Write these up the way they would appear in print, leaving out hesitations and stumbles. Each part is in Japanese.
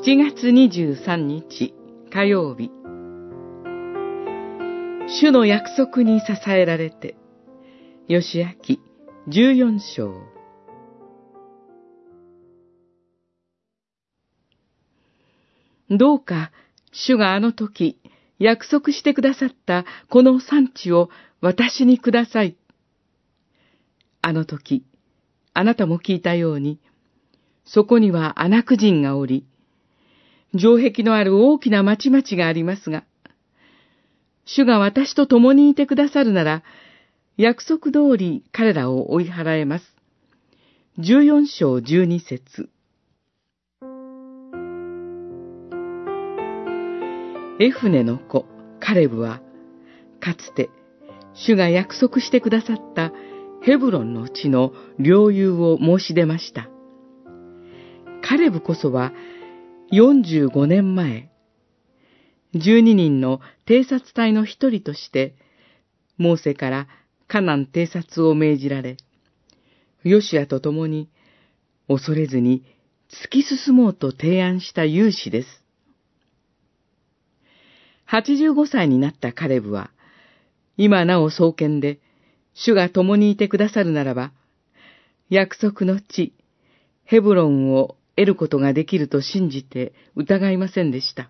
7月23日火曜日。主の約束に支えられて。ヨシア記14章。どうか主があの時約束してくださったこの産地を私にください。あの時あなたも聞いたように、そこにはアナク人がおり、城壁のある大きな町々がありますが、主が私と共にいてくださるなら、約束通り彼らを追い払えます。14章12節。エフネの子、カレブは、かつて、主が約束してくださったヘブロンの地の領有を申し出ました。カレブこそは、45年前、12人の偵察隊の一人として、モーセからカナン偵察を命じられ、ヨシュアと共に恐れずに突き進もうと提案した勇士です。85歳になったカレブは、今なお壮健で、主が共にいてくださるならば、約束の地、ヘブロンを得ることができると信じて疑いませんでした。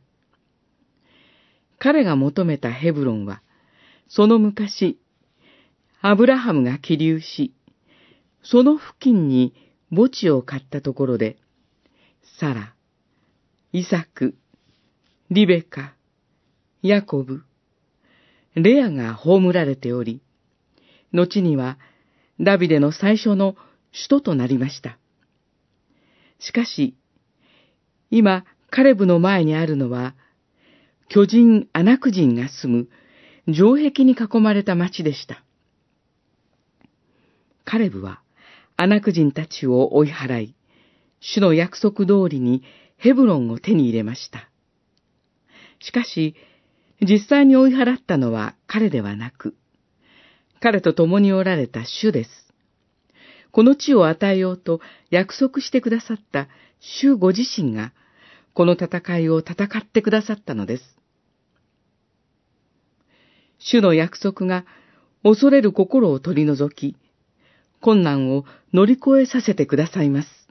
彼が求めたヘブロンは、その昔、アブラハムが起立し、その付近に墓地を買ったところで、サラ、イサク、リベカ、ヤコブ、レアが葬られており、後にはダビデの最初の首都となりました。しかし、今、カレブの前にあるのは、巨人アナク人が住む城壁に囲まれた町でした。カレブは、アナク人たちを追い払い、主の約束通りにヘブロンを手に入れました。しかし、実際に追い払ったのは彼ではなく、彼と共におられた主です。この地を与えようと約束してくださった主ご自身が、この戦いを戦ってくださったのです。主の約束が恐れる心を取り除き、困難を乗り越えさせてくださいます。